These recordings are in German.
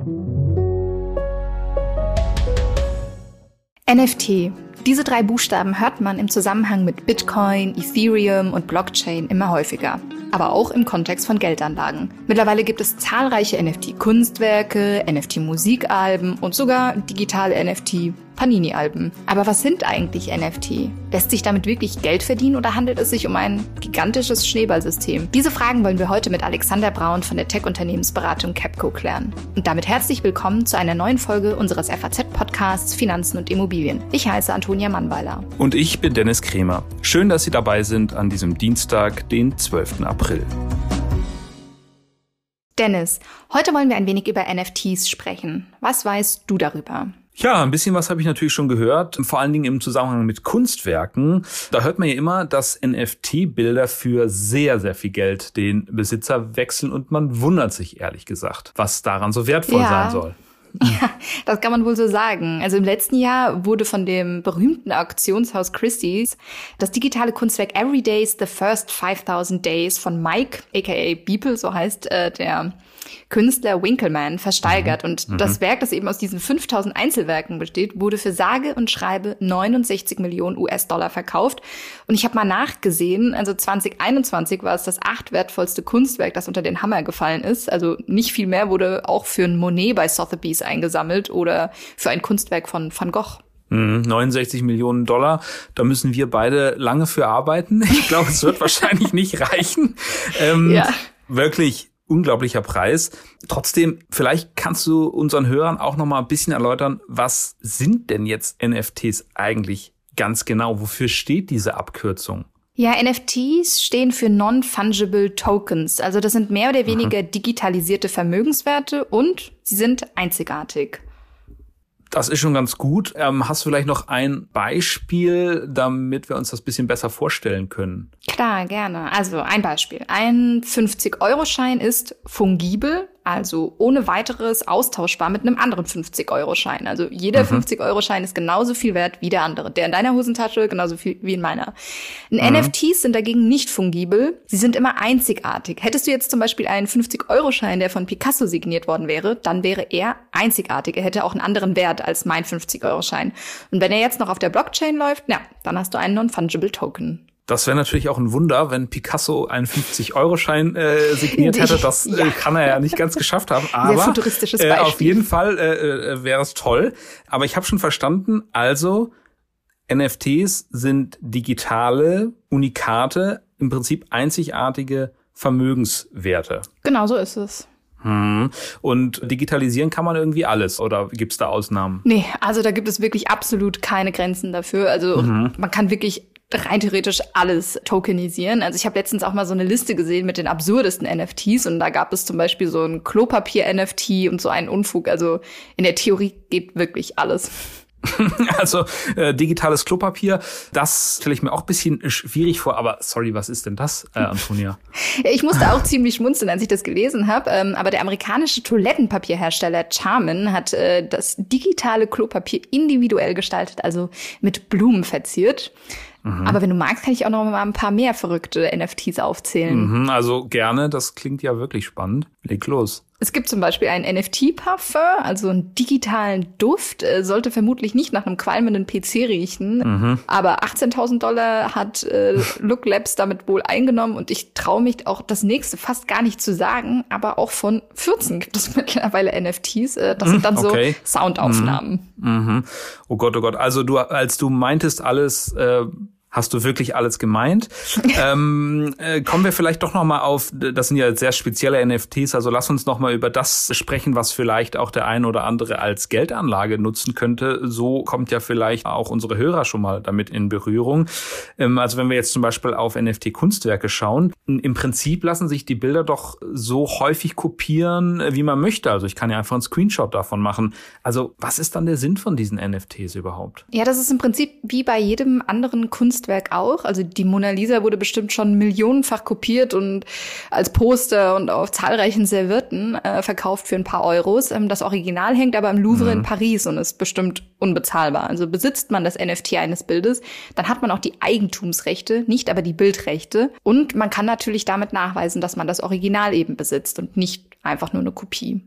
NFT. Diese 3 Buchstaben hört man im Zusammenhang mit Bitcoin, Ethereum und Blockchain immer häufiger. Aber auch im Kontext von Geldanlagen. Mittlerweile gibt es zahlreiche NFT-Kunstwerke, NFT-Musikalben und sogar digitale NFT-Panini-Alben. Aber was sind eigentlich NFT? Lässt sich damit wirklich Geld verdienen oder handelt es sich um ein gigantisches Schneeballsystem? Diese Fragen wollen wir heute mit Alexander Braun von der Tech-Unternehmensberatung Capco klären. Und damit herzlich willkommen zu einer neuen Folge unseres FAZ-Podcasts Finanzen und Immobilien. Ich heiße Antonia Mannweiler. Und ich bin Dennis Kremer. Schön, dass Sie dabei sind an diesem Dienstag, den 12. April. Dennis, heute wollen wir ein wenig über NFTs sprechen. Was weißt du darüber? Ja, ein bisschen was habe ich natürlich schon gehört, vor allen Dingen im Zusammenhang mit Kunstwerken. Da hört man ja immer, dass NFT-Bilder für sehr, sehr viel Geld den Besitzer wechseln und man wundert sich ehrlich gesagt, was daran so wertvoll sein soll. Ja, das kann man wohl so sagen. Also im letzten Jahr wurde von dem berühmten Auktionshaus Christie's das digitale Kunstwerk Every Day's The First 5000 Days von Mike, aka Beeple, so heißt der Künstler Winkelmann, versteigert. Und das Werk, das eben aus diesen 5000 Einzelwerken besteht, wurde für sage und schreibe 69 Millionen US-Dollar verkauft. Und ich habe mal nachgesehen, also 2021 war es das 8 wertvollste Kunstwerk, das unter den Hammer gefallen ist. Also nicht viel mehr wurde auch für ein Monet bei Sotheby's eingesammelt oder für ein Kunstwerk von Van Gogh. 69 Millionen Dollar, da müssen wir beide lange für arbeiten. Ich glaube, es wird wahrscheinlich nicht reichen. Ja. Wirklich unglaublicher Preis. Trotzdem, vielleicht kannst du unseren Hörern auch noch mal ein bisschen erläutern, was sind denn jetzt NFTs eigentlich ganz genau? Wofür steht diese Abkürzung? Ja, NFTs stehen für Non-Fungible Tokens. Also das sind mehr oder weniger digitalisierte Vermögenswerte und sie sind einzigartig. Das ist schon ganz gut. Hast du vielleicht noch ein Beispiel, damit wir uns das ein bisschen besser vorstellen können? Klar, gerne. Also ein Beispiel. Ein 50-Euro-Schein ist fungibel, also ohne weiteres austauschbar mit einem anderen 50-Euro-Schein. Also jeder 50-Euro-Schein ist genauso viel wert wie der andere. Der in deiner Hosentasche genauso viel wie in meiner. NFTs sind dagegen nicht fungibel. Sie sind immer einzigartig. Hättest du jetzt zum Beispiel einen 50-Euro-Schein, der von Picasso signiert worden wäre, dann wäre er einzigartig. Er hätte auch einen anderen Wert als mein 50-Euro-Schein. Und wenn er jetzt noch auf der Blockchain läuft, ja, dann hast du einen Non-Fungible Token. Das wäre natürlich auch ein Wunder, wenn Picasso einen 50-Euro-Schein signiert hätte. Das kann er ja nicht ganz geschafft haben. Aber sehr futuristisches Beispiel. Auf jeden Fall wäre es toll. Aber ich habe schon verstanden, also NFTs sind digitale, unikate, im Prinzip einzigartige Vermögenswerte. Genau so ist es. Und digitalisieren kann man irgendwie alles, oder gibt's da Ausnahmen? Nee, also da gibt es wirklich absolut keine Grenzen dafür. Also man kann wirklich rein theoretisch alles tokenisieren. Also ich habe letztens auch mal so eine Liste gesehen mit den absurdesten NFTs und da gab es zum Beispiel so ein Klopapier-NFT und so einen Unfug. Also in der Theorie geht wirklich alles. Also digitales Klopapier, das stelle ich mir auch ein bisschen schwierig vor. Aber sorry, was ist denn das, Antonia? Ja, ich musste auch ziemlich schmunzeln, als ich das gelesen habe. Aber der amerikanische Toilettenpapierhersteller Charmin hat das digitale Klopapier individuell gestaltet, also mit Blumen verziert. Aber wenn du magst, kann ich auch noch mal ein paar mehr verrückte NFTs aufzählen. Also gerne, das klingt ja wirklich spannend. Leg los. Es gibt zum Beispiel ein NFT-Parfum, also einen digitalen Duft, sollte vermutlich nicht nach einem qualmenden PC riechen. Aber $18.000 hat Look Labs damit wohl eingenommen und ich traue mich auch das nächste fast gar nicht zu sagen, aber auch von 14 gibt es mittlerweile NFTs. Das sind dann so Soundaufnahmen. Oh Gott. Also als du meintest alles, hast du wirklich alles gemeint? Kommen wir vielleicht doch noch mal auf, das sind ja sehr spezielle NFTs, also lass uns noch mal über das sprechen, was vielleicht auch der ein oder andere als Geldanlage nutzen könnte. So kommt ja vielleicht auch unsere Hörer schon mal damit in Berührung. Also wenn wir jetzt zum Beispiel auf NFT-Kunstwerke schauen, im Prinzip lassen sich die Bilder doch so häufig kopieren, wie man möchte. Also ich kann ja einfach einen Screenshot davon machen. Also was ist dann der Sinn von diesen NFTs überhaupt? Ja, das ist im Prinzip wie bei jedem anderen Kunstwerk auch. Also die Mona Lisa wurde bestimmt schon millionenfach kopiert und als Poster und auf zahlreichen Servietten verkauft für ein paar Euros. Das Original hängt aber im Louvre in Paris und ist bestimmt unbezahlbar. Also besitzt man das NFT eines Bildes, dann hat man auch die Eigentumsrechte, nicht aber die Bildrechte. Und man kann natürlich damit nachweisen, dass man das Original eben besitzt und nicht einfach nur eine Kopie.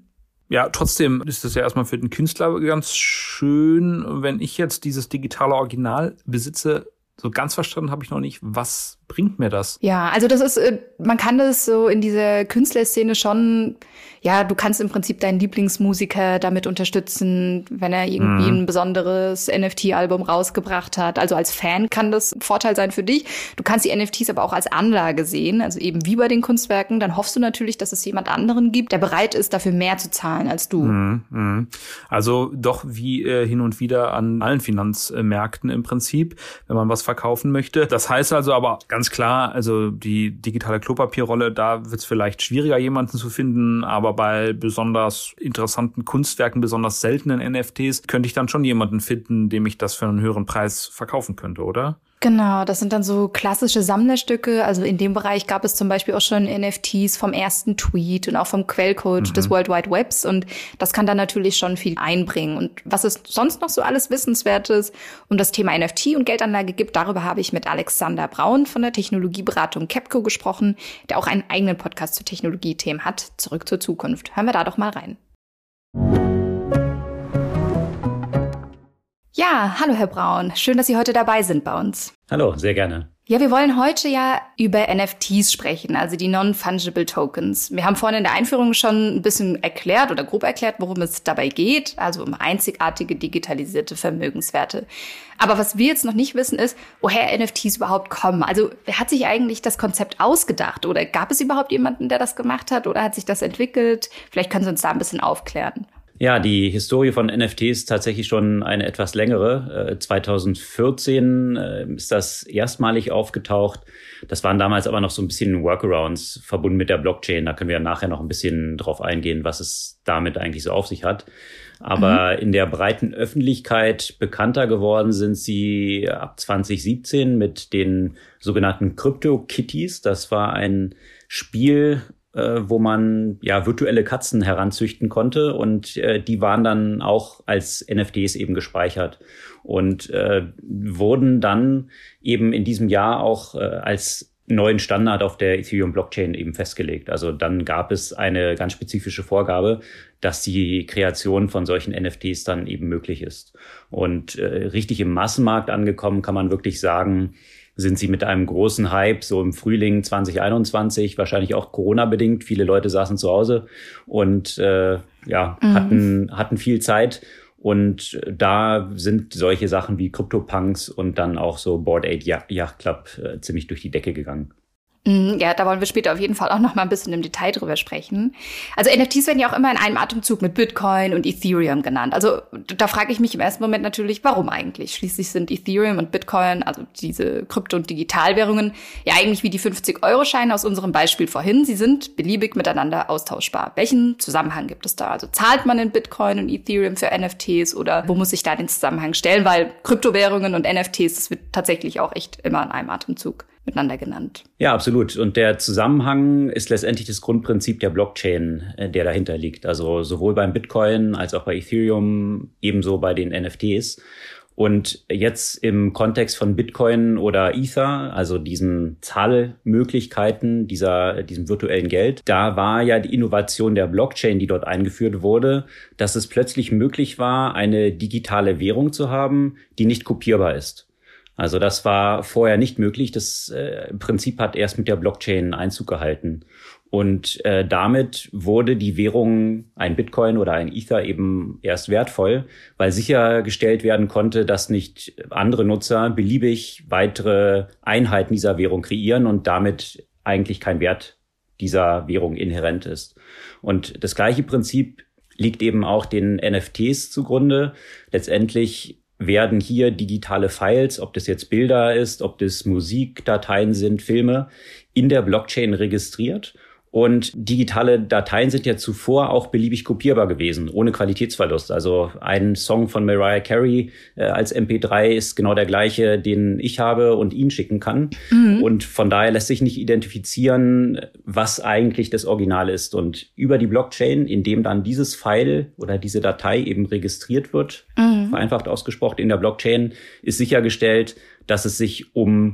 Ja, trotzdem ist es ja erstmal für den Künstler ganz schön, wenn ich jetzt dieses digitale Original besitze. So ganz verstanden habe ich noch nicht, was bringt mir das? Ja, also das ist, man kann das so in dieser Künstlerszene schon, ja, du kannst im Prinzip deinen Lieblingsmusiker damit unterstützen, wenn er irgendwie ein besonderes NFT-Album rausgebracht hat. Also als Fan kann das ein Vorteil sein für dich. Du kannst die NFTs aber auch als Anlage sehen, also eben wie bei den Kunstwerken. Dann hoffst du natürlich, dass es jemand anderen gibt, der bereit ist, dafür mehr zu zahlen als du. Also doch wie hin und wieder an allen Finanzmärkten im Prinzip, wenn man was verkaufen möchte. Das heißt also aber ganz klar, also die digitale Klopapierrolle, da wird es vielleicht schwieriger, jemanden zu finden, aber bei besonders interessanten Kunstwerken, besonders seltenen NFTs, könnte ich dann schon jemanden finden, dem ich das für einen höheren Preis verkaufen könnte, oder? Genau, das sind dann so klassische Sammlerstücke. Also in dem Bereich gab es zum Beispiel auch schon NFTs vom ersten Tweet und auch vom Quellcode des World Wide Webs. Und das kann dann natürlich schon viel einbringen. Und was es sonst noch so alles Wissenswertes um das Thema NFT und Geldanlage gibt, darüber habe ich mit Alexander Braun von der Technologieberatung Capco gesprochen, der auch einen eigenen Podcast zu Technologiethemen hat. Zurück zur Zukunft. Hören wir da doch mal rein. Ja, hallo Herr Braun. Schön, dass Sie heute dabei sind bei uns. Hallo, sehr gerne. Ja, wir wollen heute ja über NFTs sprechen, also die Non-Fungible Tokens. Wir haben vorhin in der Einführung schon ein bisschen erklärt oder grob erklärt, worum es dabei geht, also um einzigartige digitalisierte Vermögenswerte. Aber was wir jetzt noch nicht wissen ist, woher NFTs überhaupt kommen. Also wer hat sich eigentlich das Konzept ausgedacht? Oder gab es überhaupt jemanden, der das gemacht hat? Oder hat sich das entwickelt? Vielleicht können Sie uns da ein bisschen aufklären. Ja, die Historie von NFTs ist tatsächlich schon eine etwas längere. 2014 ist das erstmalig aufgetaucht. Das waren damals aber noch so ein bisschen Workarounds verbunden mit der Blockchain. Da können wir nachher noch ein bisschen drauf eingehen, was es damit eigentlich so auf sich hat. Aber in der breiten Öffentlichkeit bekannter geworden sind sie ab 2017 mit den sogenannten CryptoKitties. Das war ein Spiel, wo man ja virtuelle Katzen heranzüchten konnte und die waren dann auch als NFTs eben gespeichert und wurden dann eben in diesem Jahr auch als neuen Standard auf der Ethereum-Blockchain eben festgelegt. Also dann gab es eine ganz spezifische Vorgabe, dass die Kreation von solchen NFTs dann eben möglich ist. Und richtig im Massenmarkt angekommen kann man wirklich sagen, sind sie mit einem großen Hype so im Frühling 2021, wahrscheinlich auch Corona-bedingt. Viele Leute saßen zu Hause und hatten viel Zeit. Und da sind solche Sachen wie CryptoPunks und dann auch so Bored Ape Yacht Club ziemlich durch die Decke gegangen. Ja, da wollen wir später auf jeden Fall auch noch mal ein bisschen im Detail drüber sprechen. Also NFTs werden ja auch immer in einem Atemzug mit Bitcoin und Ethereum genannt. Also da frage ich mich im ersten Moment natürlich, warum eigentlich? Schließlich sind Ethereum und Bitcoin, also diese Krypto- und Digitalwährungen, ja eigentlich wie die 50-Euro-Scheine aus unserem Beispiel vorhin. Sie sind beliebig miteinander austauschbar. Welchen Zusammenhang gibt es da? Also zahlt man in Bitcoin und Ethereum für NFTs oder wo muss ich da den Zusammenhang stellen? Weil Kryptowährungen und NFTs, das wird tatsächlich auch echt immer in einem Atemzug miteinander genannt. Ja, absolut. Und der Zusammenhang ist letztendlich das Grundprinzip der Blockchain, der dahinter liegt. Also sowohl beim Bitcoin als auch bei Ethereum, ebenso bei den NFTs. Und jetzt im Kontext von Bitcoin oder Ether, also diesen Zahlmöglichkeiten, diesem virtuellen Geld, da war ja die Innovation der Blockchain, die dort eingeführt wurde, dass es plötzlich möglich war, eine digitale Währung zu haben, die nicht kopierbar ist. Also das war vorher nicht möglich. Das Prinzip hat erst mit der Blockchain Einzug gehalten. Und damit wurde die Währung, ein Bitcoin oder ein Ether, eben erst wertvoll, weil sichergestellt werden konnte, dass nicht andere Nutzer beliebig weitere Einheiten dieser Währung kreieren und damit eigentlich kein Wert dieser Währung inhärent ist. Und das gleiche Prinzip liegt eben auch den NFTs zugrunde. Letztendlich werden hier digitale Files, ob das jetzt Bilder ist, ob das Musikdateien sind, Filme, in der Blockchain registriert. Und digitale Dateien sind ja zuvor auch beliebig kopierbar gewesen, ohne Qualitätsverlust. Also ein Song von Mariah Carey als MP3 ist genau der gleiche, den ich habe und Ihnen schicken kann. Und von daher lässt sich nicht identifizieren, was eigentlich das Original ist. Und über die Blockchain, indem dann dieses File oder diese Datei eben registriert wird, vereinfacht ausgesprochen in der Blockchain, ist sichergestellt, dass es sich um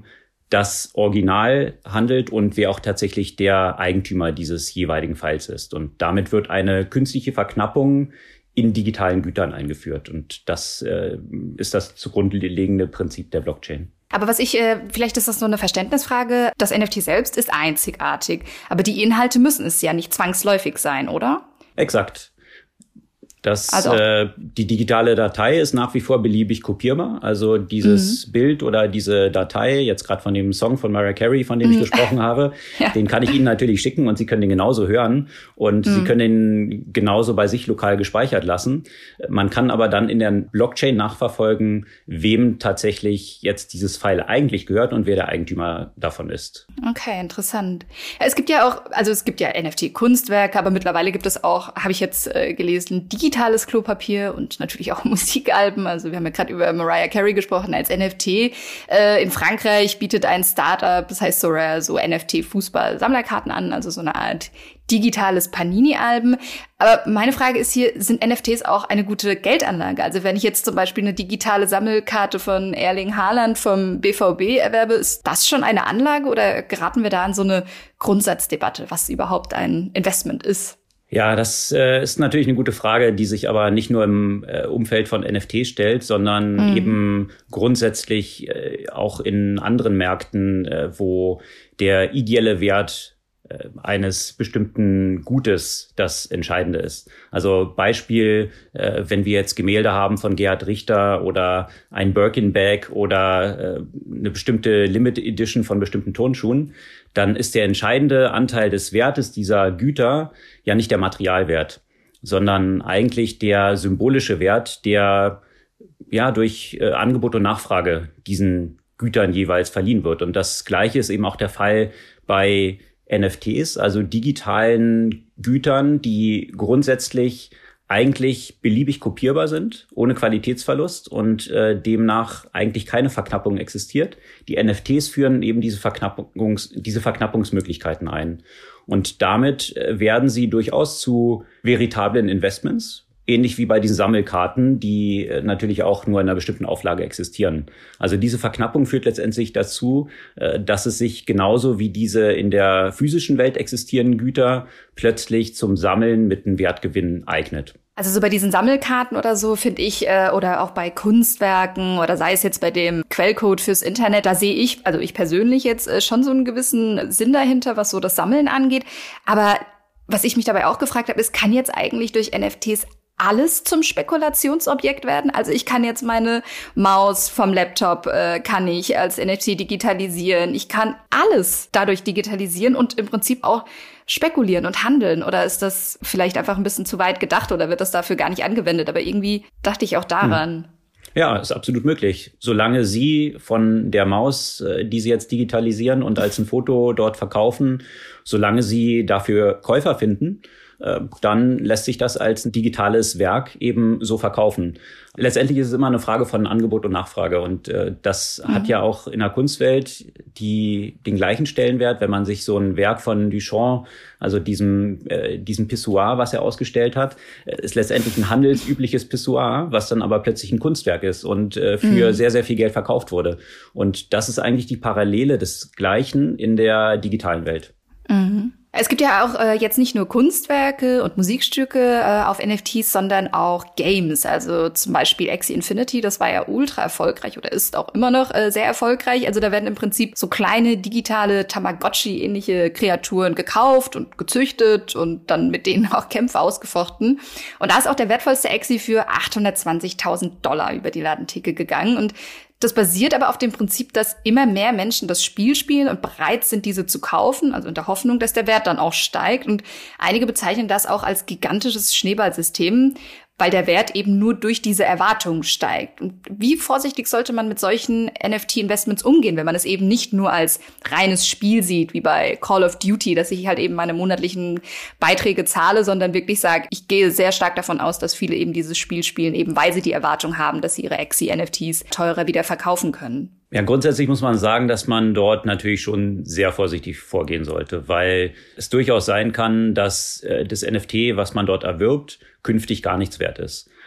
das Original handelt und wer auch tatsächlich der Eigentümer dieses jeweiligen Files ist. Und damit wird eine künstliche Verknappung in digitalen Gütern eingeführt. Und das ist das zugrunde liegende Prinzip der Blockchain. Aber vielleicht ist das so eine Verständnisfrage, das NFT selbst ist einzigartig, aber die Inhalte müssen es ja nicht zwangsläufig sein, oder? Exakt. Die digitale Datei ist nach wie vor beliebig kopierbar. Also dieses Bild oder diese Datei, jetzt gerade von dem Song von Mariah Carey, von dem ich gesprochen habe, den kann ich Ihnen natürlich schicken und Sie können den genauso hören und Sie können den genauso bei sich lokal gespeichert lassen. Man kann aber dann in der Blockchain nachverfolgen, wem tatsächlich jetzt dieses File eigentlich gehört und wer der Eigentümer davon ist. Okay, interessant. Es gibt ja NFT-Kunstwerke, aber mittlerweile gibt es auch, habe ich jetzt gelesen, digitales Klopapier und natürlich auch Musikalben. Also wir haben ja gerade über Mariah Carey gesprochen als NFT. In Frankreich bietet ein Startup, das heißt Sorare, so NFT-Fußball-Sammlerkarten an, also so eine Art digitales Panini-Alben. Aber meine Frage ist hier, sind NFTs auch eine gute Geldanlage? Also wenn ich jetzt zum Beispiel eine digitale Sammelkarte von Erling Haaland vom BVB erwerbe, ist das schon eine Anlage oder geraten wir da in so eine Grundsatzdebatte, was überhaupt ein Investment ist? Ja, das ist natürlich eine gute Frage, die sich aber nicht nur im Umfeld von NFT stellt, sondern eben grundsätzlich auch in anderen Märkten, wo der ideelle Wert eines bestimmten Gutes das Entscheidende ist. Also Beispiel, wenn wir jetzt Gemälde haben von Gerhard Richter oder ein Birkin-Bag oder eine bestimmte Limited Edition von bestimmten Turnschuhen, dann ist der entscheidende Anteil des Wertes dieser Güter ja nicht der Materialwert, sondern eigentlich der symbolische Wert, der ja durch Angebot und Nachfrage diesen Gütern jeweils verliehen wird. Und das Gleiche ist eben auch der Fall bei NFTs, also digitalen Gütern, die grundsätzlich eigentlich beliebig kopierbar sind, ohne Qualitätsverlust und demnach eigentlich keine Verknappung existiert. Die NFTs führen eben diese Verknappungsmöglichkeiten ein. Und damit werden sie durchaus zu veritablen Investments, ähnlich wie bei diesen Sammelkarten, die natürlich auch nur in einer bestimmten Auflage existieren. Also diese Verknappung führt letztendlich dazu, dass es sich genauso wie diese in der physischen Welt existierenden Güter plötzlich zum Sammeln mit einem Wertgewinn eignet. Also so bei diesen Sammelkarten oder so finde ich, oder auch bei Kunstwerken oder sei es jetzt bei dem Quellcode fürs Internet, da sehe ich, also ich persönlich jetzt schon so einen gewissen Sinn dahinter, was so das Sammeln angeht. Aber was ich mich dabei auch gefragt habe, ist, kann jetzt eigentlich durch NFTs alles zum Spekulationsobjekt werden? Also ich kann jetzt meine Maus vom Laptop kann ich als NFT digitalisieren. Ich kann alles dadurch digitalisieren und im Prinzip auch spekulieren und handeln. Oder ist das vielleicht einfach ein bisschen zu weit gedacht oder wird das dafür gar nicht angewendet? Aber irgendwie dachte ich auch daran. Ja, ist absolut möglich. Solange Sie von der Maus, die Sie jetzt digitalisieren und als ein Foto dort verkaufen, solange Sie dafür Käufer finden, dann lässt sich das als ein digitales Werk eben so verkaufen. Letztendlich ist es immer eine Frage von Angebot und Nachfrage und das hat ja auch in der Kunstwelt den gleichen Stellenwert, wenn man sich so ein Werk von Duchamp, also diesem Pissoir, was er ausgestellt hat, ist letztendlich ein handelsübliches Pissoir, was dann aber plötzlich ein Kunstwerk ist und für sehr, sehr viel Geld verkauft wurde. Und das ist eigentlich die Parallele des Gleichen in der digitalen Welt. Es gibt ja auch jetzt nicht nur Kunstwerke und Musikstücke auf NFTs, sondern auch Games. Also zum Beispiel Axie Infinity, das war ja ultra erfolgreich oder ist auch immer noch sehr erfolgreich. Also da werden im Prinzip so kleine digitale Tamagotchi-ähnliche Kreaturen gekauft und gezüchtet und dann mit denen auch Kämpfe ausgefochten. Und da ist auch der wertvollste Axie für $820.000 über die Ladentheke gegangen. Und das basiert aber auf dem Prinzip, dass immer mehr Menschen das Spiel spielen und bereit sind, diese zu kaufen, also in der Hoffnung, dass der Wert dann auch steigt. Und einige bezeichnen das auch als gigantisches Schneeballsystem, weil der Wert eben nur durch diese Erwartung steigt. Und wie vorsichtig sollte man mit solchen NFT-Investments umgehen, wenn man es eben nicht nur als reines Spiel sieht, wie bei Call of Duty, dass ich halt eben meine monatlichen Beiträge zahle, sondern wirklich sage, ich gehe sehr stark davon aus, dass viele eben dieses Spiel spielen, eben weil sie die Erwartung haben, dass sie ihre Axie-NFTs teurer wieder verkaufen können. Ja, grundsätzlich muss man sagen, dass man dort natürlich schon sehr vorsichtig vorgehen sollte, weil es durchaus sein kann, dass das NFT, was man dort erwirbt, künftig gar nichts wert ist.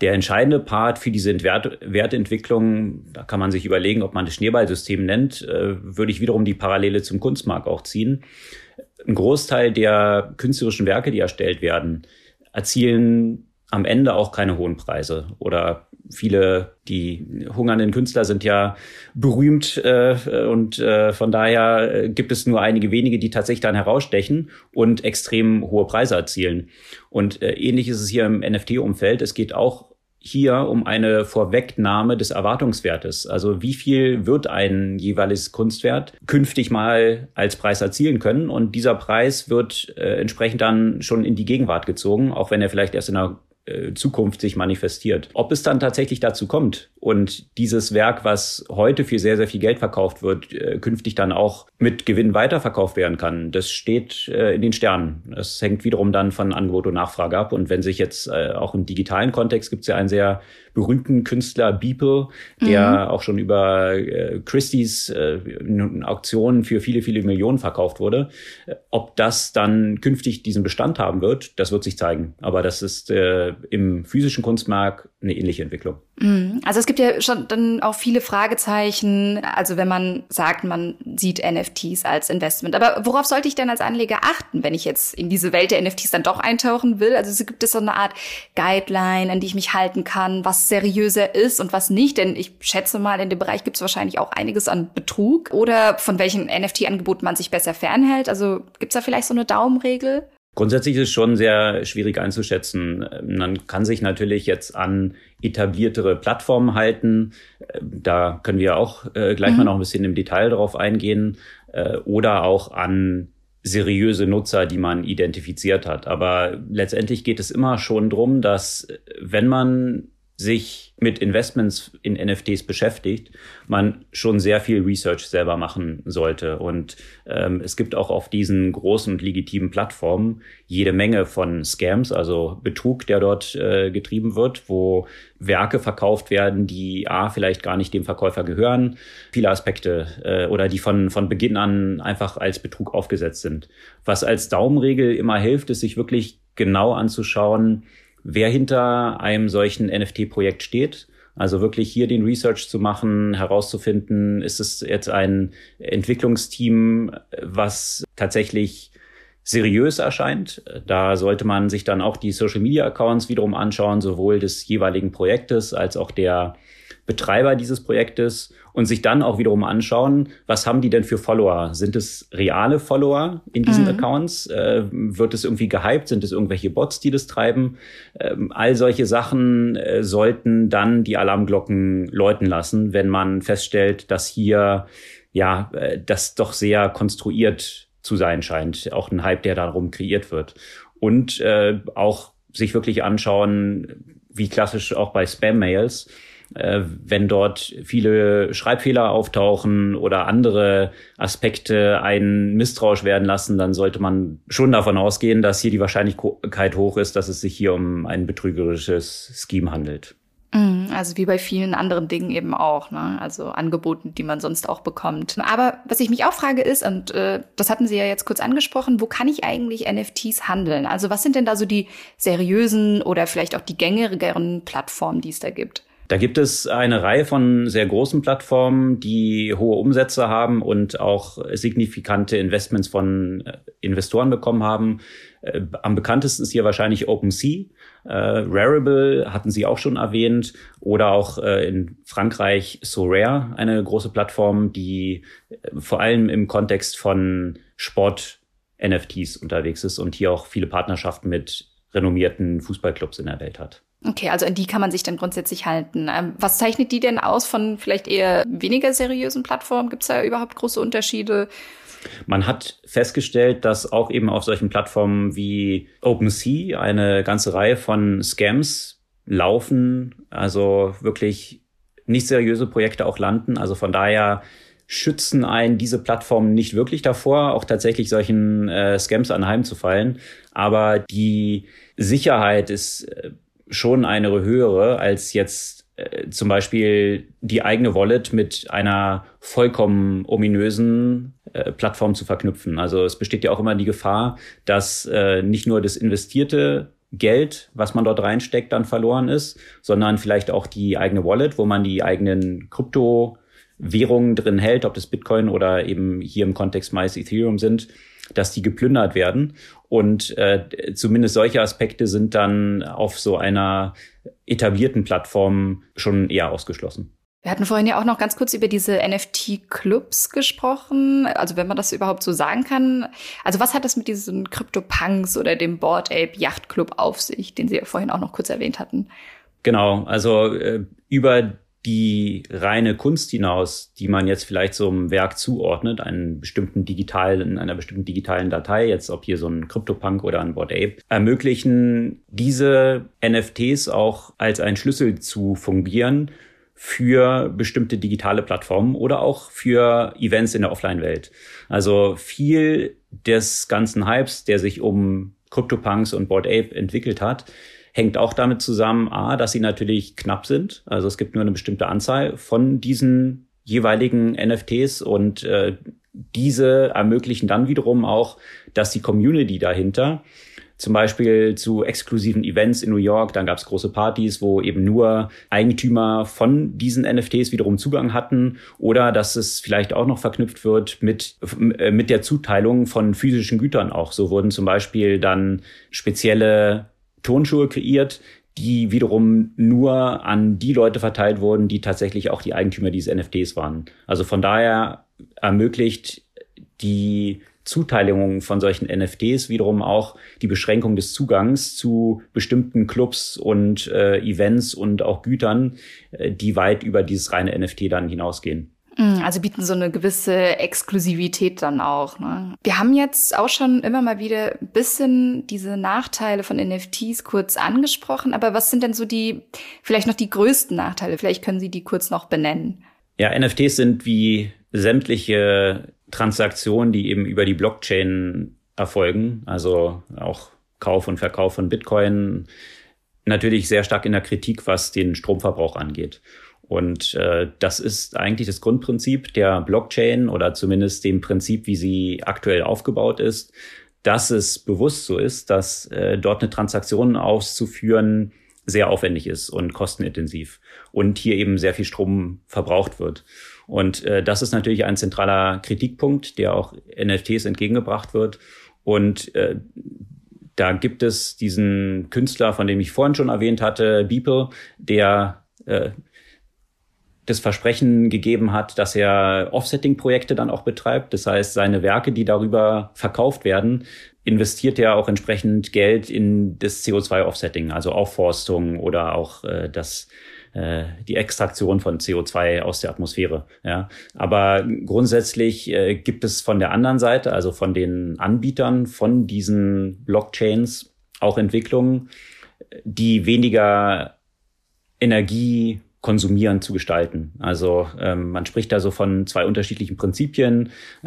Der entscheidende Part für diese Wertentwicklung, da kann man sich überlegen, ob man das Schneeballsystem nennt, würde ich wiederum die Parallele zum Kunstmarkt auch ziehen. Ein Großteil der künstlerischen Werke, die erstellt werden, erzielen am Ende auch keine hohen Preise. Oder viele, die hungernden Künstler sind ja berühmt und von daher gibt es nur einige wenige, die tatsächlich dann herausstechen und extrem hohe Preise erzielen. Und ähnlich ist es hier im NFT-Umfeld. Es geht auch hier um eine Vorwegnahme des Erwartungswertes. Also wie viel wird ein jeweiliges Kunstwerk künftig mal als Preis erzielen können? Und dieser Preis wird entsprechend dann schon in die Gegenwart gezogen, auch wenn er vielleicht erst in der Zukunft sich manifestiert. Ob es dann tatsächlich dazu kommt und dieses Werk, was heute für sehr, sehr viel Geld verkauft wird, künftig dann auch mit Gewinn weiterverkauft werden kann, das steht in den Sternen. Das hängt wiederum dann von Angebot und Nachfrage ab. Und wenn sich jetzt auch im digitalen Kontext gibt es ja einen sehr berühmten Künstler, Beeple, der auch schon über Christie's Auktionen für viele, viele Millionen verkauft wurde. Ob das dann künftig diesen Bestand haben wird, das wird sich zeigen. Aber das ist im physischen Kunstmarkt eine ähnliche Entwicklung. Also es gibt ja schon dann auch viele Fragezeichen, also wenn man sagt, man sieht NFTs als Investment. Aber worauf sollte ich denn als Anleger achten, wenn ich jetzt in diese Welt der NFTs dann doch eintauchen will? Also gibt es so eine Art Guideline, an die ich mich halten kann, was seriöser ist und was nicht? Denn ich schätze mal, in dem Bereich gibt es wahrscheinlich auch einiges an Betrug. Oder von welchen NFT-Angeboten man sich besser fernhält. Also gibt es da vielleicht so eine Daumenregel? Grundsätzlich ist es schon sehr schwierig einzuschätzen. Man kann sich natürlich jetzt an etabliertere Plattformen halten. Da können wir auch gleich mal noch ein bisschen im Detail darauf eingehen. Oder auch an seriöse Nutzer, die man identifiziert hat. Aber letztendlich geht es immer schon darum, dass wenn man sich mit Investments in NFTs beschäftigt, man schon sehr viel Research selber machen sollte. Und es gibt auch auf diesen großen und legitimen Plattformen jede Menge von Scams, also Betrug, der dort getrieben wird, wo Werke verkauft werden, die vielleicht gar nicht dem Verkäufer gehören, viele Aspekte oder die von Beginn an einfach als Betrug aufgesetzt sind. Was als Daumenregel immer hilft, ist, sich wirklich genau anzuschauen, wer hinter einem solchen NFT-Projekt steht. Also wirklich hier den Research zu machen, herauszufinden, ist es jetzt ein Entwicklungsteam, was tatsächlich seriös erscheint. Da sollte man sich dann auch die Social-Media-Accounts wiederum anschauen, sowohl des jeweiligen Projektes als auch der Betreiber dieses Projektes und sich dann auch wiederum anschauen, was haben die denn für Follower? Sind es reale Follower in diesen Accounts? Wird es irgendwie gehypt? Sind es irgendwelche Bots, die das treiben? All solche Sachen sollten dann die Alarmglocken läuten lassen, wenn man feststellt, dass hier das doch sehr konstruiert zu sein scheint. Auch ein Hype, der darum kreiert wird. Und auch sich wirklich anschauen, wie klassisch auch bei Spam-Mails, wenn dort viele Schreibfehler auftauchen oder andere Aspekte einen misstrauisch werden lassen, dann sollte man schon davon ausgehen, dass hier die Wahrscheinlichkeit hoch ist, dass es sich hier um ein betrügerisches Scheme handelt. Also wie bei vielen anderen Dingen eben auch, ne? Also Angeboten, die man sonst auch bekommt. Aber was ich mich auch frage ist, und das hatten Sie ja jetzt kurz angesprochen, wo kann ich eigentlich NFTs handeln? Also was sind denn da so die seriösen oder vielleicht auch die gängigeren Plattformen, die es da gibt? Da gibt es eine Reihe von sehr großen Plattformen, die hohe Umsätze haben und auch signifikante Investments von Investoren bekommen haben. Am bekanntesten ist hier wahrscheinlich OpenSea. Rarible hatten Sie auch schon erwähnt. Oder auch in Frankreich Sorare, eine große Plattform, die vor allem im Kontext von Sport-NFTs unterwegs ist und hier auch viele Partnerschaften mit renommierten Fußballclubs in der Welt hat. Okay, also an die kann man sich dann grundsätzlich halten. Was zeichnet die denn aus von vielleicht eher weniger seriösen Plattformen? Gibt es da überhaupt große Unterschiede? Man hat festgestellt, dass auch eben auf solchen Plattformen wie OpenSea eine ganze Reihe von Scams laufen, also wirklich nicht seriöse Projekte auch landen. Also von daher schützen einen diese Plattformen nicht wirklich davor, auch tatsächlich solchen Scams anheimzufallen. Aber die Sicherheit ist schon eine höhere als jetzt zum Beispiel die eigene Wallet mit einer vollkommen ominösen Plattform zu verknüpfen. Also es besteht ja auch immer die Gefahr, dass nicht nur das investierte Geld, was man dort reinsteckt, dann verloren ist, sondern vielleicht auch die eigene Wallet, wo man die eigenen Kryptowährungen drin hält, ob das Bitcoin oder eben hier im Kontext meist Ethereum sind, dass die geplündert werden. Und zumindest solche Aspekte sind dann auf so einer etablierten Plattform schon eher ausgeschlossen. Wir hatten vorhin ja auch noch ganz kurz über diese NFT-Clubs gesprochen, also wenn man das überhaupt so sagen kann. Also was hat das mit diesen CryptoPunks oder dem Bored Ape Yacht Club auf sich, den Sie ja vorhin auch noch kurz erwähnt hatten? Genau, also über die reine Kunst hinaus, die man jetzt vielleicht so einem Werk zuordnet, in einer bestimmten digitalen Datei, jetzt ob hier so ein CryptoPunk oder ein Bored Ape, ermöglichen diese NFTs auch als ein Schlüssel zu fungieren für bestimmte digitale Plattformen oder auch für Events in der Offline-Welt. Also viel des ganzen Hypes, der sich um CryptoPunks und Bored Ape entwickelt hat, hängt auch damit zusammen, dass sie natürlich knapp sind. Also es gibt nur eine bestimmte Anzahl von diesen jeweiligen NFTs und diese ermöglichen dann wiederum auch, dass die Community dahinter zum Beispiel zu exklusiven Events in New York, dann gab es große Partys, wo eben nur Eigentümer von diesen NFTs wiederum Zugang hatten oder dass es vielleicht auch noch verknüpft wird mit der Zuteilung von physischen Gütern auch. So wurden zum Beispiel dann spezielle Turnschuhe kreiert, die wiederum nur an die Leute verteilt wurden, die tatsächlich auch die Eigentümer dieses NFTs waren. Also von daher ermöglicht die Zuteilung von solchen NFTs wiederum auch die Beschränkung des Zugangs zu bestimmten Clubs und Events und auch Gütern, die weit über dieses reine NFT dann hinausgehen. Also bieten so eine gewisse Exklusivität dann auch, ne? Wir haben jetzt auch schon immer mal wieder ein bisschen diese Nachteile von NFTs kurz angesprochen, aber was sind denn so vielleicht noch die größten Nachteile? Vielleicht können Sie die kurz noch benennen. Ja, NFTs sind wie sämtliche Transaktionen, die eben über die Blockchain erfolgen, also auch Kauf und Verkauf von Bitcoin, natürlich sehr stark in der Kritik, was den Stromverbrauch angeht. Und das ist eigentlich das Grundprinzip der Blockchain oder zumindest dem Prinzip, wie sie aktuell aufgebaut ist, dass es bewusst so ist, dass dort eine Transaktion auszuführen sehr aufwendig ist und kostenintensiv und hier eben sehr viel Strom verbraucht wird. Und das ist natürlich ein zentraler Kritikpunkt, der auch NFTs entgegengebracht wird. Und da gibt es diesen Künstler, von dem ich vorhin schon erwähnt hatte, Beeple, der das Versprechen gegeben hat, dass er Offsetting-Projekte dann auch betreibt. Das heißt, seine Werke, die darüber verkauft werden, investiert er auch entsprechend Geld in das CO2-Offsetting, also Aufforstung oder auch die Extraktion von CO2 aus der Atmosphäre. Ja. Aber grundsätzlich gibt es von der anderen Seite, also von den Anbietern von diesen Blockchains, auch Entwicklungen, die weniger Energie konsumieren zu gestalten. Also man spricht da so von zwei unterschiedlichen Prinzipien,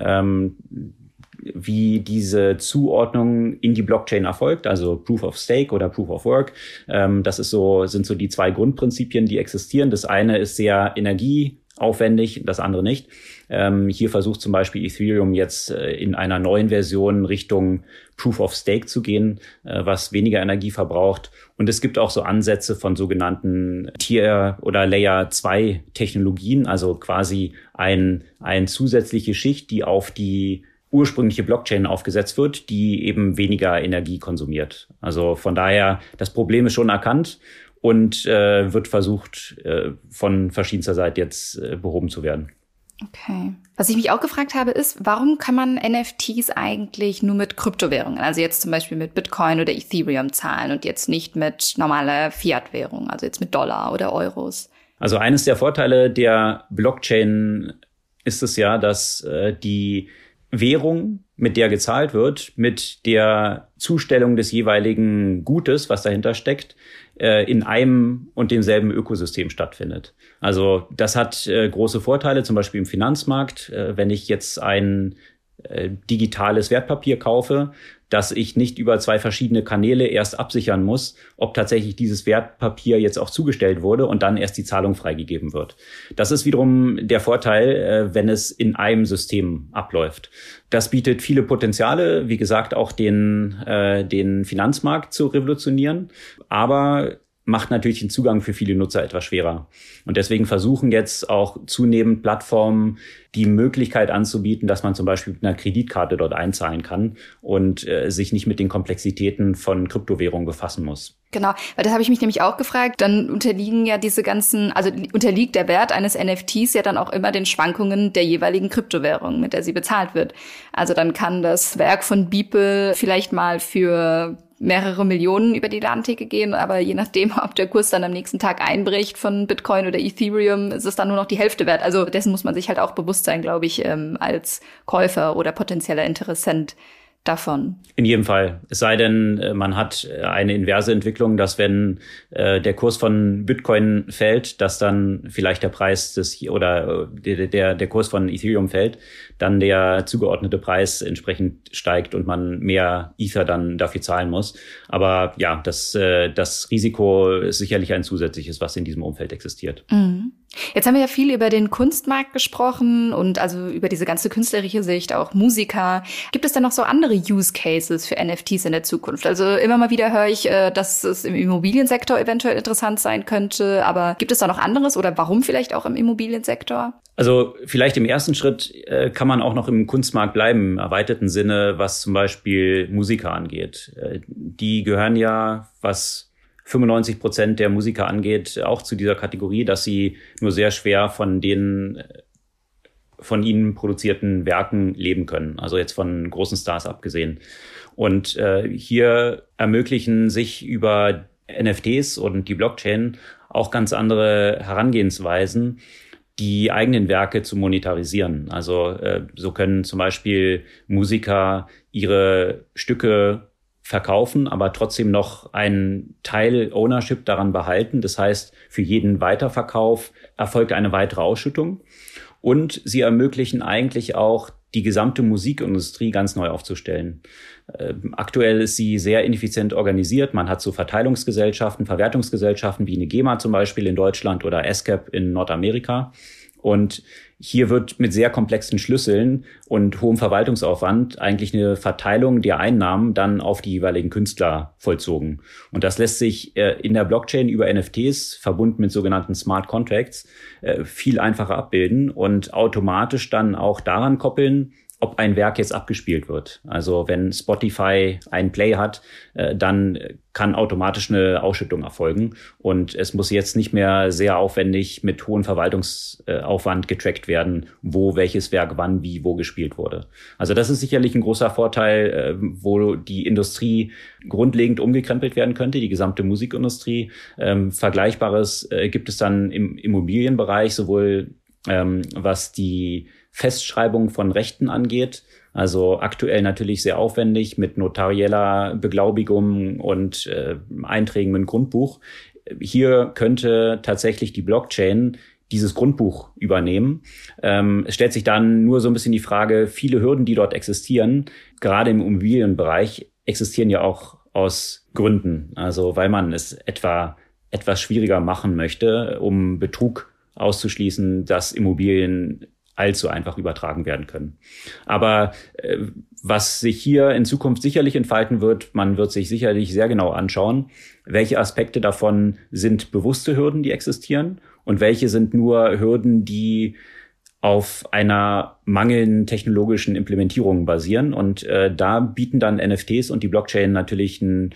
wie diese Zuordnung in die Blockchain erfolgt, also Proof of Stake oder Proof of Work. Das sind so die zwei Grundprinzipien, die existieren. Das eine ist sehr energieaufwendig, das andere nicht. Hier versucht zum Beispiel Ethereum jetzt in einer neuen Version Richtung Proof of Stake zu gehen, was weniger Energie verbraucht. Und es gibt auch so Ansätze von sogenannten Tier- oder Layer-2-Technologien, also quasi eine zusätzliche Schicht, die auf die ursprüngliche Blockchain aufgesetzt wird, die eben weniger Energie konsumiert. Also von daher, das Problem ist schon erkannt und wird versucht, von verschiedenster Seite jetzt behoben zu werden. Okay. Was ich mich auch gefragt habe, ist, warum kann man NFTs eigentlich nur mit Kryptowährungen, also jetzt zum Beispiel mit Bitcoin oder Ethereum zahlen und jetzt nicht mit normaler Fiat-Währung, also jetzt mit Dollar oder Euros? Also eines der Vorteile der Blockchain ist es ja, dass die Währung, mit der gezahlt wird, mit der Zustellung des jeweiligen Gutes, was dahinter steckt, in einem und demselben Ökosystem stattfindet. Also das hat große Vorteile, zum Beispiel im Finanzmarkt. Wenn ich jetzt ein digitales Wertpapier kaufe, dass ich nicht über 2 verschiedene Kanäle erst absichern muss, ob tatsächlich dieses Wertpapier jetzt auch zugestellt wurde und dann erst die Zahlung freigegeben wird. Das ist wiederum der Vorteil, wenn es in einem System abläuft. Das bietet viele Potenziale, wie gesagt, auch den Finanzmarkt zu revolutionieren, aber macht natürlich den Zugang für viele Nutzer etwas schwerer. Und deswegen versuchen jetzt auch zunehmend Plattformen die Möglichkeit anzubieten, dass man zum Beispiel mit einer Kreditkarte dort einzahlen kann und sich nicht mit den Komplexitäten von Kryptowährungen befassen muss. Genau, weil das habe ich mich nämlich auch gefragt. Dann unterliegen ja unterliegt der Wert eines NFTs ja dann auch immer den Schwankungen der jeweiligen Kryptowährung, mit der sie bezahlt wird. Also dann kann das Werk von Beeple vielleicht mal für mehrere Millionen über die Ladentheke gehen, aber je nachdem, ob der Kurs dann am nächsten Tag einbricht von Bitcoin oder Ethereum, ist es dann nur noch die Hälfte wert. Also dessen muss man sich halt auch bewusst sein, glaube ich, als Käufer oder potenzieller Interessent davon. In jedem Fall. Es sei denn, man hat eine inverse Entwicklung, dass wenn der Kurs von Bitcoin fällt, dass dann vielleicht der Preis der Kurs von Ethereum fällt, dann der zugeordnete Preis entsprechend steigt und man mehr Ether dann dafür zahlen muss. Aber ja, das Risiko ist sicherlich ein zusätzliches, was in diesem Umfeld existiert. Mhm. Jetzt haben wir ja viel über den Kunstmarkt gesprochen und also über diese ganze künstlerische Sicht, auch Musiker. Gibt es denn noch so andere Use Cases für NFTs in der Zukunft? Also immer mal wieder höre ich, dass es im Immobiliensektor eventuell interessant sein könnte, aber gibt es da noch anderes oder warum vielleicht auch im Immobiliensektor? Also vielleicht im ersten Schritt kann man auch noch im Kunstmarkt bleiben, im erweiterten Sinne, was zum Beispiel Musiker angeht. Die gehören ja, was 95% der Musiker angeht, auch zu dieser Kategorie, dass sie nur sehr schwer von den von ihnen produzierten Werken leben können. Also jetzt von großen Stars abgesehen. Und hier ermöglichen sich über NFTs und die Blockchain auch ganz andere Herangehensweisen, die eigenen Werke zu monetarisieren. Also so können zum Beispiel Musiker ihre Stücke verkaufen, aber trotzdem noch einen Teil Ownership daran behalten. Das heißt, für jeden Weiterverkauf erfolgt eine weitere Ausschüttung. Und sie ermöglichen eigentlich auch, die gesamte Musikindustrie ganz neu aufzustellen. Aktuell ist sie sehr ineffizient organisiert. Man hat so Verteilungsgesellschaften, Verwertungsgesellschaften wie eine GEMA zum Beispiel in Deutschland oder ASCAP in Nordamerika. Und hier wird mit sehr komplexen Schlüsseln und hohem Verwaltungsaufwand eigentlich eine Verteilung der Einnahmen dann auf die jeweiligen Künstler vollzogen. Und das lässt sich in der Blockchain über NFTs, verbunden mit sogenannten Smart Contracts, viel einfacher abbilden und automatisch dann auch daran koppeln, ob ein Werk jetzt abgespielt wird. Also wenn Spotify einen Play hat, dann kann automatisch eine Ausschüttung erfolgen. Und es muss jetzt nicht mehr sehr aufwendig mit hohem Verwaltungsaufwand getrackt werden, wo welches Werk wann, wie, wo gespielt wurde. Also das ist sicherlich ein großer Vorteil, wo die Industrie grundlegend umgekrempelt werden könnte, die gesamte Musikindustrie. Vergleichbares gibt es dann im Immobilienbereich, sowohl was die Festschreibung von Rechten angeht. Also aktuell natürlich sehr aufwendig mit notarieller Beglaubigung und Einträgen mit Grundbuch. Hier könnte tatsächlich die Blockchain dieses Grundbuch übernehmen. Es stellt sich dann nur so ein bisschen die Frage, viele Hürden, die dort existieren, gerade im Immobilienbereich, existieren ja auch aus Gründen. Also weil man es etwas schwieriger machen möchte, um Betrug auszuschließen, dass Immobilien allzu einfach übertragen werden können. Aber was sich hier in Zukunft sicherlich entfalten wird, man wird sich sicherlich sehr genau anschauen, welche Aspekte davon sind bewusste Hürden, die existieren und welche sind nur Hürden, die auf einer mangelnden technologischen Implementierung basieren. Und da bieten dann NFTs und die Blockchain natürlich ein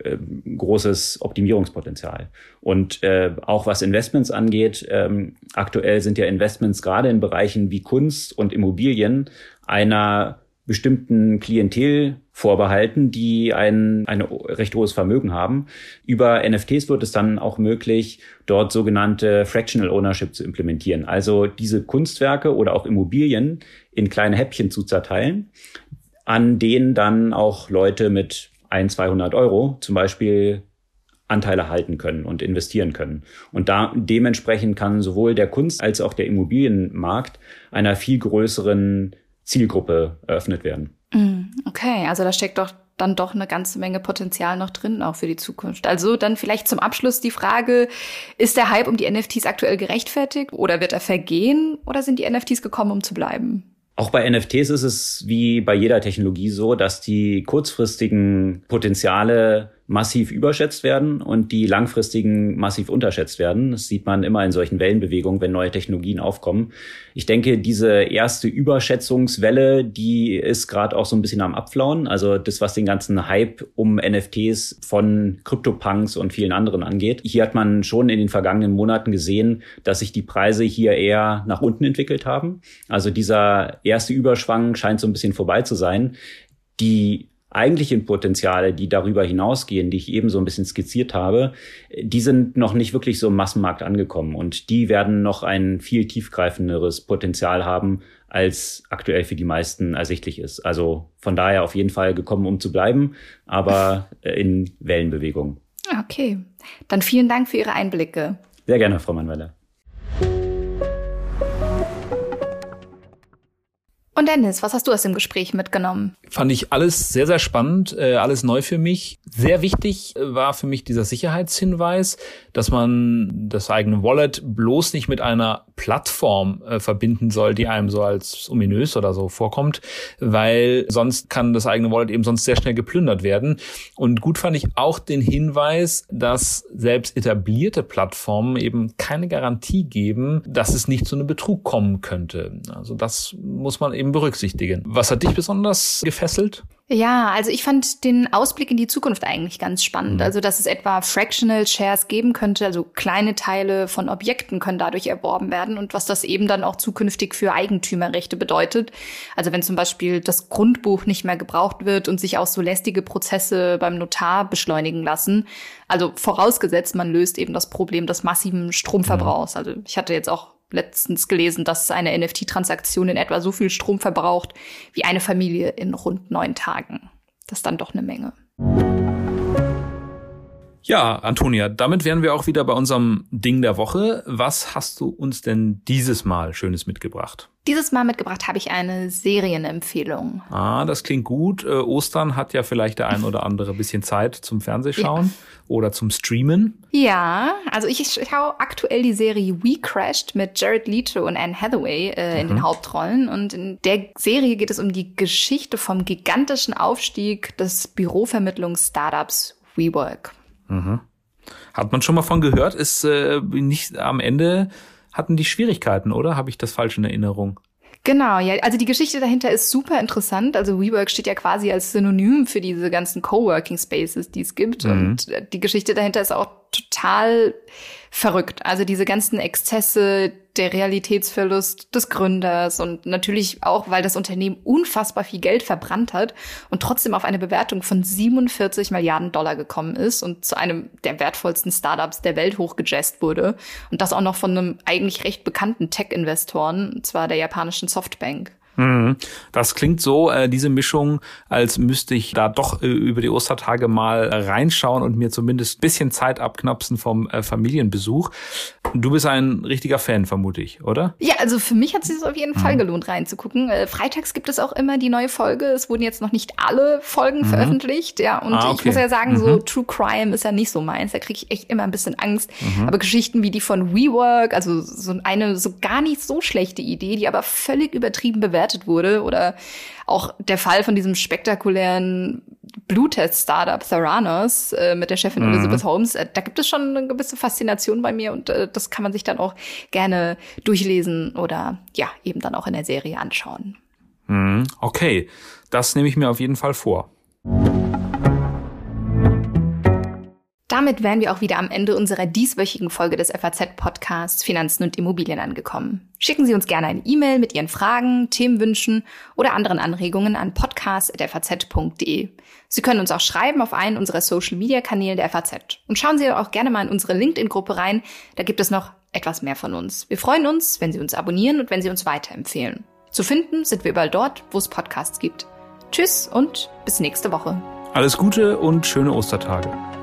großes Optimierungspotenzial. Und auch was Investments angeht, aktuell sind ja Investments gerade in Bereichen wie Kunst und Immobilien einer bestimmten Klientel vorbehalten, die ein recht hohes Vermögen haben. Über NFTs wird es dann auch möglich, dort sogenannte Fractional Ownership zu implementieren. Also diese Kunstwerke oder auch Immobilien in kleine Häppchen zu zerteilen, an denen dann auch Leute mit 200 Euro zum Beispiel Anteile halten können und investieren können. Und dementsprechend kann sowohl der Kunst- als auch der Immobilienmarkt einer viel größeren Zielgruppe eröffnet werden. Okay, also da steckt dann doch eine ganze Menge Potenzial noch drin, auch für die Zukunft. Also dann vielleicht zum Abschluss die Frage, ist der Hype um die NFTs aktuell gerechtfertigt oder wird er vergehen oder sind die NFTs gekommen, um zu bleiben? Auch bei NFTs ist es wie bei jeder Technologie so, dass die kurzfristigen Potenziale massiv überschätzt werden und die langfristigen massiv unterschätzt werden. Das sieht man immer in solchen Wellenbewegungen, wenn neue Technologien aufkommen. Ich denke, diese erste Überschätzungswelle, die ist gerade auch so ein bisschen am Abflauen. Also das, was den ganzen Hype um NFTs von CryptoPunks und vielen anderen angeht. Hier hat man schon in den vergangenen Monaten gesehen, dass sich die Preise hier eher nach unten entwickelt haben. Also dieser erste Überschwang scheint so ein bisschen vorbei zu sein. Die eigentlichen Potenziale, die darüber hinausgehen, die ich eben so ein bisschen skizziert habe, die sind noch nicht wirklich so im Massenmarkt angekommen. Und die werden noch ein viel tiefgreifenderes Potenzial haben, als aktuell für die meisten ersichtlich ist. Also von daher auf jeden Fall gekommen, um zu bleiben, aber in Wellenbewegung. Okay, dann vielen Dank für Ihre Einblicke. Sehr gerne, Frau Manuela. Und Dennis, was hast du aus dem Gespräch mitgenommen? Fand ich alles sehr, sehr spannend, alles neu für mich. Sehr wichtig war für mich dieser Sicherheitshinweis, dass man das eigene Wallet bloß nicht mit einer Plattform verbinden soll, die einem so als ominös oder so vorkommt, weil sonst kann das eigene Wallet eben sonst sehr schnell geplündert werden. Und gut fand ich auch den Hinweis, dass selbst etablierte Plattformen eben keine Garantie geben, dass es nicht zu einem Betrug kommen könnte. Also das muss man eben berücksichtigen. Was hat dich besonders gefesselt? Ja, also ich fand den Ausblick in die Zukunft eigentlich ganz spannend. Also, dass es etwa Fractional Shares geben könnte, also kleine Teile von Objekten können dadurch erworben werden und was das eben dann auch zukünftig für Eigentümerrechte bedeutet. Also wenn zum Beispiel das Grundbuch nicht mehr gebraucht wird und sich auch so lästige Prozesse beim Notar beschleunigen lassen. Also vorausgesetzt, man löst eben das Problem des massiven Stromverbrauchs. Also ich hatte jetzt auch letztens gelesen, dass eine NFT-Transaktion in etwa so viel Strom verbraucht wie eine Familie in rund 9 Tagen. Das ist dann doch eine Menge. Ja, Antonia, damit wären wir auch wieder bei unserem Ding der Woche. Was hast du uns denn dieses Mal Schönes mitgebracht? Dieses Mal mitgebracht habe ich eine Serienempfehlung. Das klingt gut. Ostern hat ja vielleicht der ein oder andere bisschen Zeit zum Fernsehschauen oder zum Streamen. Ja, also ich schaue aktuell die Serie We Crashed mit Jared Leto und Anne Hathaway in den Hauptrollen. Und in der Serie geht es um die Geschichte vom gigantischen Aufstieg des Bürovermittlungs-Startups WeWork. Hat man schon mal von gehört, ist nicht am Ende hatten die Schwierigkeiten, oder? Habe ich das falsch in Erinnerung? Genau, ja, also die Geschichte dahinter ist super interessant. Also WeWork steht ja quasi als Synonym für diese ganzen Coworking Spaces, die es gibt. Und die Geschichte dahinter ist auch total verrückt. Also diese ganzen Exzesse, der Realitätsverlust des Gründers und natürlich auch, weil das Unternehmen unfassbar viel Geld verbrannt hat und trotzdem auf eine Bewertung von 47 Milliarden Dollar gekommen ist und zu einem der wertvollsten Startups der Welt hochgejazzt wurde. Und das auch noch von einem eigentlich recht bekannten Tech-Investoren, und zwar der japanischen Softbank. Das klingt so, diese Mischung, als müsste ich da doch über die Ostertage mal reinschauen und mir zumindest ein bisschen Zeit abknapsen vom Familienbesuch. Du bist ein richtiger Fan, vermute ich, oder? Ja, also für mich hat es sich auf jeden Fall gelohnt, reinzugucken. Freitags gibt es auch immer die neue Folge. Es wurden jetzt noch nicht alle Folgen veröffentlicht. Ja, und okay. Ich muss ja sagen, so True Crime ist ja nicht so meins. Da kriege ich echt immer ein bisschen Angst. Aber Geschichten wie die von WeWork, also so eine so gar nicht so schlechte Idee, die aber völlig übertrieben bewertet wurde, oder auch der Fall von diesem spektakulären Bluttest-Startup Theranos mit der Chefin Elizabeth Holmes, da gibt es schon eine gewisse Faszination bei mir und das kann man sich dann auch gerne durchlesen oder ja, eben dann auch in der Serie anschauen. Okay, das nehme ich mir auf jeden Fall vor. Damit wären wir auch wieder am Ende unserer dieswöchigen Folge des FAZ-Podcasts Finanzen und Immobilien angekommen. Schicken Sie uns gerne eine E-Mail mit Ihren Fragen, Themenwünschen oder anderen Anregungen an podcast@faz.de. Sie können uns auch schreiben auf einen unserer Social-Media-Kanäle der FAZ. Und schauen Sie auch gerne mal in unsere LinkedIn-Gruppe rein, da gibt es noch etwas mehr von uns. Wir freuen uns, wenn Sie uns abonnieren und wenn Sie uns weiterempfehlen. Zu finden sind wir überall dort, wo es Podcasts gibt. Tschüss und bis nächste Woche. Alles Gute und schöne Ostertage.